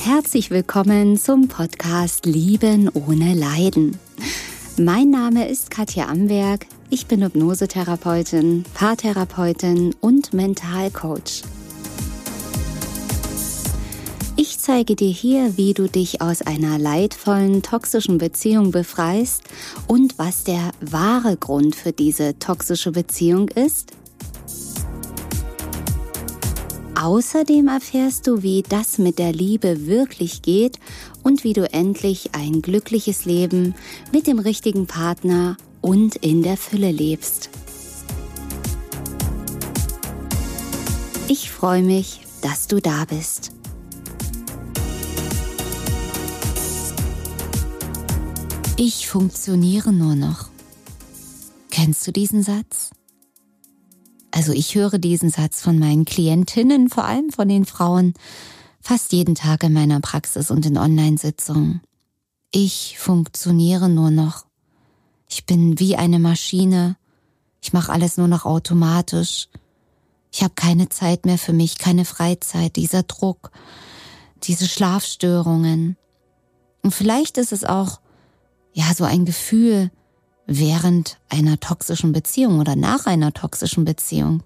Herzlich willkommen zum Podcast Lieben ohne Leiden. Mein Name ist Katja Amberg, ich bin Hypnosetherapeutin, Paartherapeutin und Mentalcoach. Ich zeige dir hier, wie du dich aus einer leidvollen, toxischen Beziehung befreist und was der wahre Grund für diese toxische Beziehung ist. Außerdem erfährst du, wie das mit der Liebe wirklich geht und wie du endlich ein glückliches Leben mit dem richtigen Partner und in der Fülle lebst. Ich freue mich, dass du da bist. Ich funktioniere nur noch. Kennst du diesen Satz? Also ich höre diesen Satz von meinen Klientinnen, vor allem von den Frauen, fast jeden Tag in meiner Praxis und in Online-Sitzungen. Ich funktioniere nur noch. Ich bin wie eine Maschine. Ich mache alles nur noch automatisch. Ich habe keine Zeit mehr für mich, keine Freizeit, dieser Druck, diese Schlafstörungen. Und vielleicht ist es auch so ein Gefühl während einer toxischen Beziehung oder nach einer toxischen Beziehung.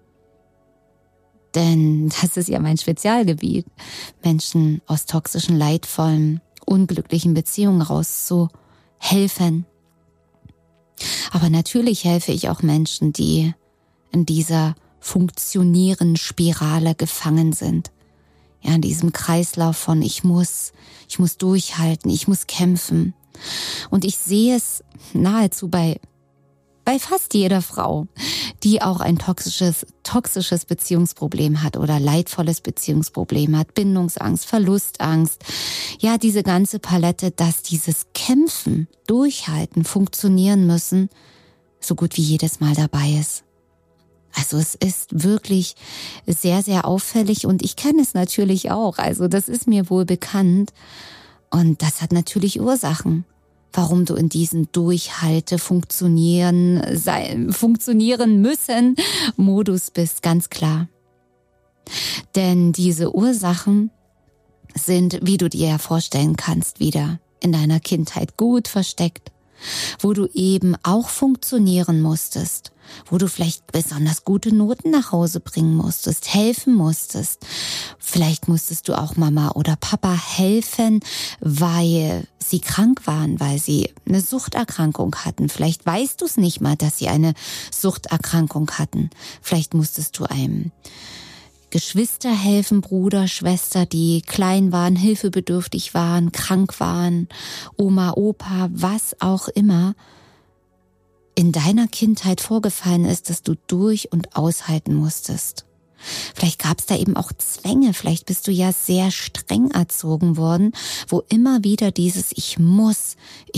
Denn das ist ja mein Spezialgebiet, Menschen aus toxischen, leidvollen, unglücklichen Beziehungen rauszuhelfen. Aber natürlich helfe ich auch Menschen, die in dieser funktionierenden Spirale gefangen sind. Ja, in diesem Kreislauf von ich muss durchhalten, ich muss kämpfen. Und ich sehe es nahezu bei fast jeder Frau, die auch ein toxisches Beziehungsproblem hat oder leidvolles Beziehungsproblem hat, Bindungsangst, Verlustangst. Ja, diese ganze Palette, dass dieses Kämpfen, Durchhalten, funktionieren müssen, so gut wie jedes Mal dabei ist. Also es ist wirklich sehr, sehr auffällig und ich kenne es natürlich auch. Also das ist mir wohl bekannt. Und das hat natürlich Ursachen, warum du in diesen funktionieren müssen Modus bist, ganz klar. Denn diese Ursachen sind, wie du dir ja vorstellen kannst, wieder in deiner Kindheit gut versteckt, wo du eben auch funktionieren musstest, wo du vielleicht besonders gute Noten nach Hause bringen musstest, helfen musstest. Vielleicht musstest du auch Mama oder Papa helfen, weil sie krank waren, weil sie eine Suchterkrankung hatten. Vielleicht weißt du es nicht mal, dass sie eine Suchterkrankung hatten. Vielleicht musstest du einem Geschwister helfen, Bruder, Schwester, die klein waren, hilfebedürftig waren, krank waren, Oma, Opa, was auch immer in deiner Kindheit vorgefallen ist, dass du durch und aushalten musstest. Vielleicht gab es da eben auch Zwänge, vielleicht bist du ja sehr streng erzogen worden, wo immer wieder dieses Ich muss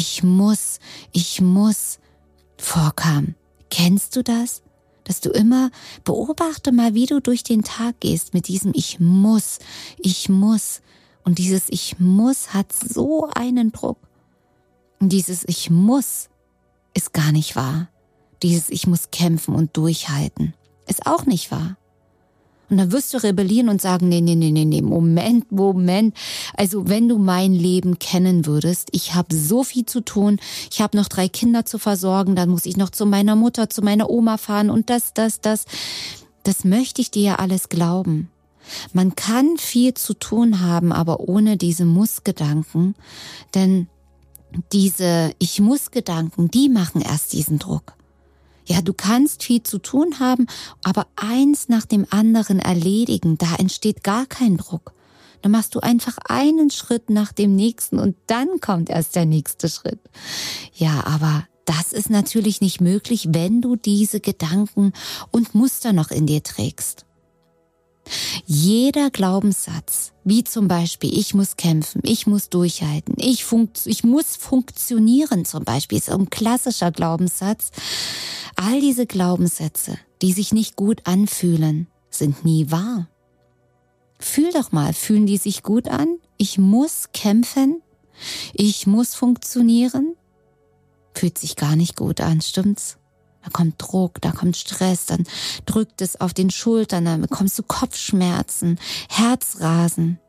vorkam. Kennst du das? Dass du immer, beobachte mal, wie du durch den Tag gehst mit diesem Ich muss. Und dieses Ich muss hat so einen Druck. Und dieses Ich muss ist gar nicht wahr. Dieses Ich muss kämpfen und durchhalten ist auch nicht wahr. Und dann wirst du rebellieren und sagen, nee, Moment. Also wenn du mein Leben kennen würdest, ich habe so viel zu tun, ich habe noch 3 Kinder zu versorgen, dann muss ich noch zu meiner Mutter, zu meiner Oma fahren und das möchte ich dir ja alles glauben. Man kann viel zu tun haben, aber ohne diese Muss-Gedanken, denn diese Ich-muss-Gedanken, die machen erst diesen Druck. Ja, du kannst viel zu tun haben, aber eins nach dem anderen erledigen, da entsteht gar kein Druck. Dann machst du einfach einen Schritt nach dem nächsten und dann kommt erst der nächste Schritt. Ja, aber das ist natürlich nicht möglich, wenn du diese Gedanken und Muster noch in dir trägst. Jeder Glaubenssatz, wie zum Beispiel, ich muss kämpfen, ich muss durchhalten, ich muss funktionieren zum Beispiel, ist ein klassischer Glaubenssatz. All diese Glaubenssätze, die sich nicht gut anfühlen, sind nie wahr. Fühl doch mal, fühlen die sich gut an? Ich muss kämpfen, ich muss funktionieren. Fühlt sich gar nicht gut an, stimmt's? Da kommt Druck, da kommt Stress, dann drückt es auf den Schultern, dann bekommst du Kopfschmerzen, Herzrasen.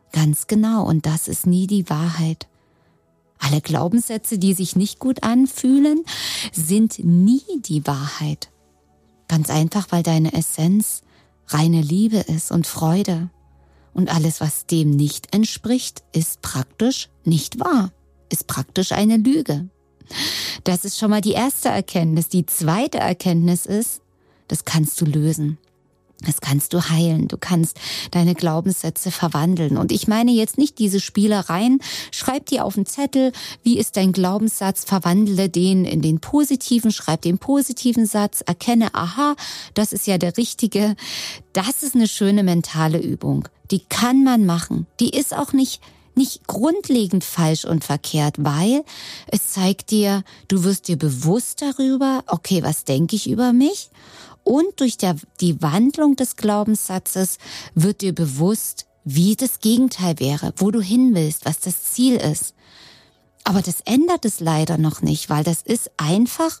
Ganz genau, und das ist nie die Wahrheit. Alle Glaubenssätze, die sich nicht gut anfühlen, sind nie die Wahrheit. Ganz einfach, weil deine Essenz reine Liebe ist und Freude. Und alles, was dem nicht entspricht, ist praktisch nicht wahr, ist praktisch eine Lüge. Das ist schon mal die erste Erkenntnis. Die zweite Erkenntnis ist, das kannst du lösen. Das kannst du heilen, du kannst deine Glaubenssätze verwandeln. Und ich meine jetzt nicht diese Spielereien, schreib dir auf den Zettel, wie ist dein Glaubenssatz, verwandle den in den positiven, schreib den positiven Satz, erkenne, aha, das ist ja der richtige. Das ist eine schöne mentale Übung, die kann man machen. Die ist auch nicht grundlegend falsch und verkehrt, weil es zeigt dir, du wirst dir bewusst darüber, okay, was denke ich über mich? Und durch die Wandlung des Glaubenssatzes wird dir bewusst, wie das Gegenteil wäre, wo du hin willst, was das Ziel ist. Aber das ändert es leider noch nicht, weil das ist einfach,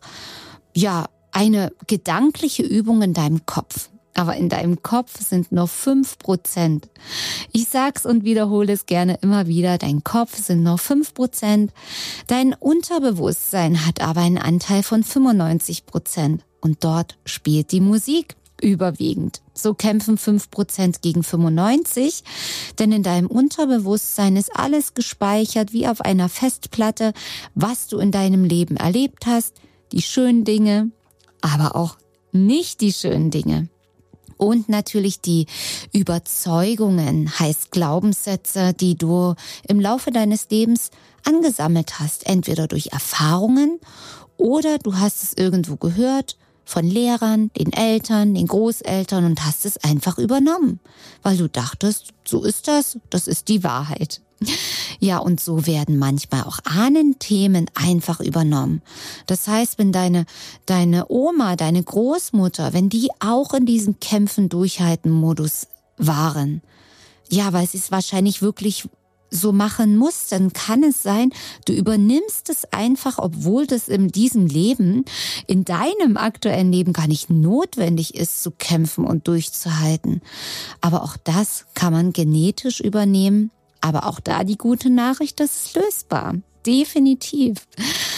eine gedankliche Übung in deinem Kopf. Aber in deinem Kopf sind nur 5%. Ich sag's und wiederhole es gerne immer wieder, dein Kopf sind nur 5%. Dein Unterbewusstsein hat aber einen Anteil von 95%. Und dort spielt die Musik überwiegend. So kämpfen 5% gegen 95%, denn in deinem Unterbewusstsein ist alles gespeichert wie auf einer Festplatte, was du in deinem Leben erlebt hast, die schönen Dinge, aber auch nicht die schönen Dinge. Und natürlich die Überzeugungen, heißt Glaubenssätze, die du im Laufe deines Lebens angesammelt hast, entweder durch Erfahrungen oder du hast es irgendwo gehört, von Lehrern, den Eltern, den Großeltern und hast es einfach übernommen, weil du dachtest, so ist das ist die Wahrheit. Ja, und so werden manchmal auch Ahnenthemen einfach übernommen. Das heißt, wenn deine Oma, deine Großmutter, wenn die auch in diesem Kämpfen-Durchhalten-Modus waren, ja, weil sie es wahrscheinlich wirklich so machen muss, dann kann es sein, du übernimmst es einfach, obwohl das in diesem Leben, in deinem aktuellen Leben gar nicht notwendig ist, zu kämpfen und durchzuhalten. Aber auch das kann man genetisch übernehmen. Aber auch da die gute Nachricht, das ist lösbar. Definitiv.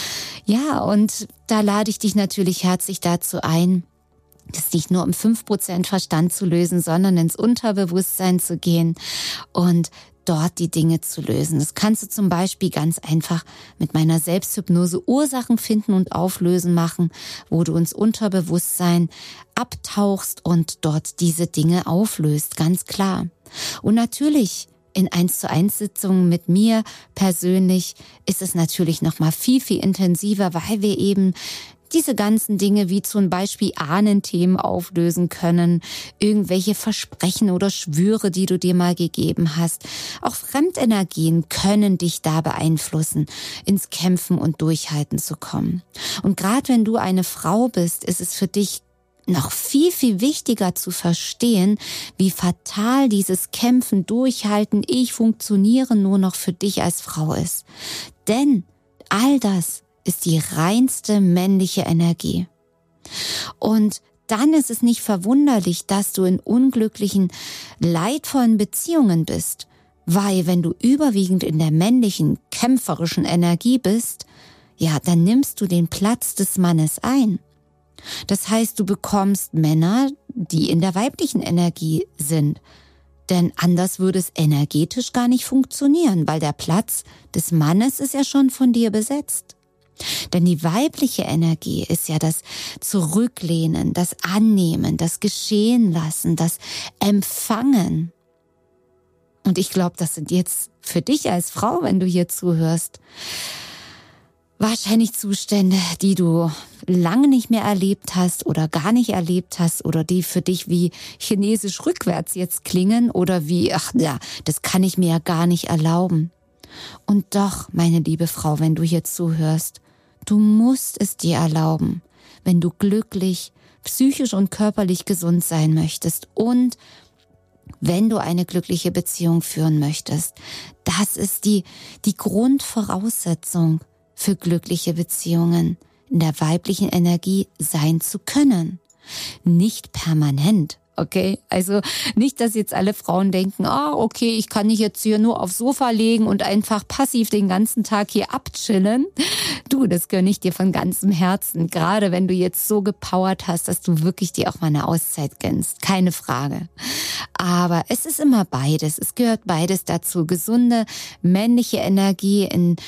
Ja, und da lade ich dich natürlich herzlich dazu ein, das nicht nur um 5% Verstand zu lösen, sondern ins Unterbewusstsein zu gehen und dort die Dinge zu lösen. Das kannst du zum Beispiel ganz einfach mit meiner Selbsthypnose Ursachen finden und auflösen machen, wo du ins Unterbewusstsein abtauchst und dort diese Dinge auflöst, ganz klar. Und natürlich in 1:1 Sitzungen mit mir persönlich ist es natürlich noch mal viel, viel intensiver, weil wir eben diese ganzen Dinge wie zum Beispiel Ahnenthemen auflösen können, irgendwelche Versprechen oder Schwüre, die du dir mal gegeben hast. Auch Fremdenergien können dich da beeinflussen, ins Kämpfen und Durchhalten zu kommen. Und gerade wenn du eine Frau bist, ist es für dich noch viel, viel wichtiger zu verstehen, wie fatal dieses Kämpfen, Durchhalten, ich funktioniere nur noch für dich als Frau ist. Denn all das ist die reinste männliche Energie. Und dann ist es nicht verwunderlich, dass du in unglücklichen, leidvollen Beziehungen bist, weil wenn du überwiegend in der männlichen, kämpferischen Energie bist, ja, dann nimmst du den Platz des Mannes ein. Das heißt, du bekommst Männer, die in der weiblichen Energie sind. Denn anders würde es energetisch gar nicht funktionieren, weil der Platz des Mannes ist ja schon von dir besetzt. Denn die weibliche Energie ist ja das Zurücklehnen, das Annehmen, das Geschehen lassen, das Empfangen. Und ich glaube, das sind jetzt für dich als Frau, wenn du hier zuhörst, wahrscheinlich Zustände, die du lange nicht mehr erlebt hast oder gar nicht erlebt hast oder die für dich wie chinesisch rückwärts jetzt klingen oder wie, ach ja, das kann ich mir ja gar nicht erlauben. Und doch, meine liebe Frau, wenn du hier zuhörst, du musst es dir erlauben, wenn du glücklich, psychisch und körperlich gesund sein möchtest und wenn du eine glückliche Beziehung führen möchtest. Das ist die Grundvoraussetzung für glückliche Beziehungen, in der weiblichen Energie sein zu können. Nicht permanent, Okay, also nicht, dass jetzt alle Frauen denken, okay, ich kann mich jetzt hier nur aufs Sofa legen und einfach passiv den ganzen Tag hier abchillen. Du, das gönne ich dir von ganzem Herzen. Gerade wenn du jetzt so gepowert hast, dass du wirklich dir auch mal eine Auszeit gönnst. Keine Frage. Aber es ist immer beides. Es gehört beides dazu. Gesunde männliche Energie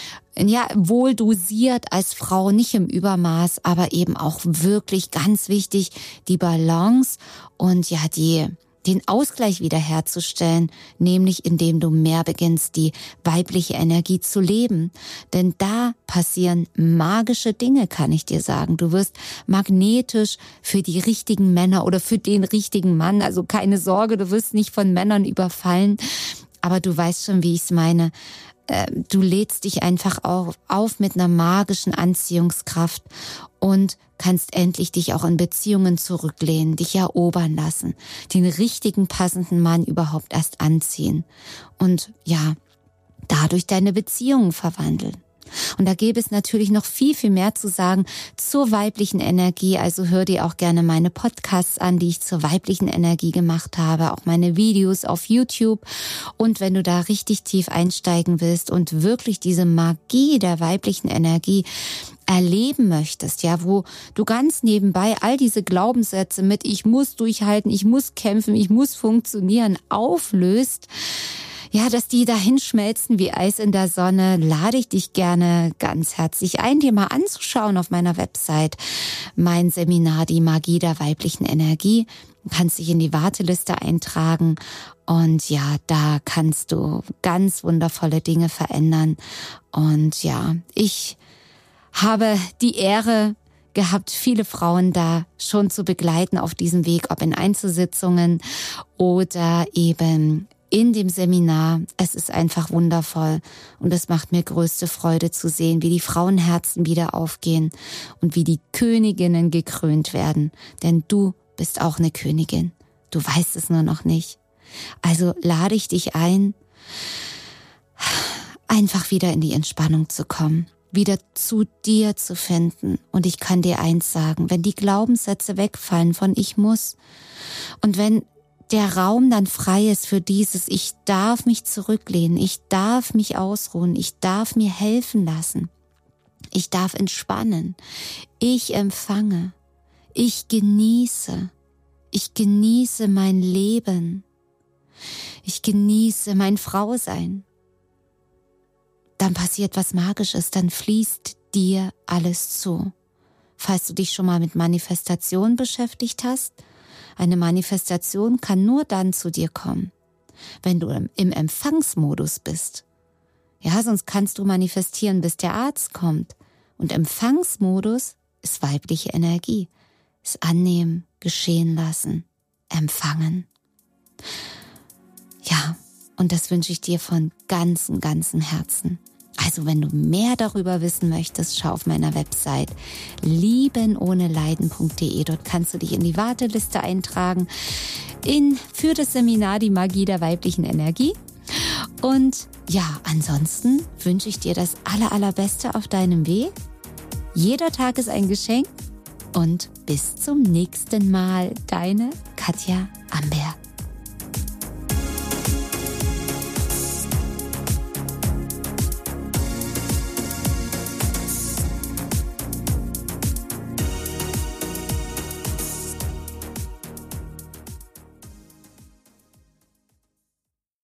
wohl dosiert als Frau, nicht im Übermaß, aber eben auch wirklich ganz wichtig, die Balance und den Ausgleich wiederherzustellen, nämlich indem du mehr beginnst, die weibliche Energie zu leben. Denn da passieren magische Dinge, kann ich dir sagen. Du wirst magnetisch für die richtigen Männer oder für den richtigen Mann. Also keine Sorge, du wirst nicht von Männern überfallen. Aber du weißt schon, wie ich es meine. Du lädst dich einfach auf mit einer magischen Anziehungskraft und kannst endlich dich auch in Beziehungen zurücklehnen, dich erobern lassen, den richtigen, passenden Mann überhaupt erst anziehen und dadurch deine Beziehungen verwandeln. Und da gäbe es natürlich noch viel, viel mehr zu sagen zur weiblichen Energie. Also hör dir auch gerne meine Podcasts an, die ich zur weiblichen Energie gemacht habe, auch meine Videos auf YouTube. Und wenn du da richtig tief einsteigen willst und wirklich diese Magie der weiblichen Energie erleben möchtest, wo du ganz nebenbei all diese Glaubenssätze mit ich muss durchhalten, ich muss kämpfen, ich muss funktionieren auflöst, dass die dahin schmelzen wie Eis in der Sonne, lade ich dich gerne ganz herzlich ein, dir mal anzuschauen auf meiner Website. Mein Seminar, die Magie der weiblichen Energie. Du kannst dich in die Warteliste eintragen und da kannst du ganz wundervolle Dinge verändern. Und ich habe die Ehre gehabt, viele Frauen da schon zu begleiten auf diesem Weg, ob in Einzelsitzungen oder eben in dem Seminar. Es ist einfach wundervoll und es macht mir größte Freude zu sehen, wie die Frauenherzen wieder aufgehen und wie die Königinnen gekrönt werden. Denn du bist auch eine Königin. Du weißt es nur noch nicht. Also lade ich dich ein, einfach wieder in die Entspannung zu kommen, wieder zu dir zu finden. Und ich kann dir eins sagen, wenn die Glaubenssätze wegfallen von ich muss und wenn der Raum dann frei ist für dieses, ich darf mich zurücklehnen, ich darf mich ausruhen, ich darf mir helfen lassen, ich darf entspannen, ich empfange, ich genieße mein Leben, ich genieße mein Frausein, dann passiert was Magisches, dann fließt dir alles zu. Falls du dich schon mal mit Manifestation beschäftigt hast, eine Manifestation kann nur dann zu dir kommen, wenn du im Empfangsmodus bist. Sonst kannst du manifestieren, bis der Arzt kommt. Und Empfangsmodus ist weibliche Energie. Ist annehmen, geschehen lassen, empfangen. Und das wünsche ich dir von ganzem, ganzem Herzen. Also wenn du mehr darüber wissen möchtest, schau auf meiner Website liebenohneleiden.de. Dort kannst du dich in die Warteliste eintragen für das Seminar Die Magie der weiblichen Energie. Und ansonsten wünsche ich dir das Allerbeste auf deinem Weg. Jeder Tag ist ein Geschenk und bis zum nächsten Mal. Deine Katja Amberg.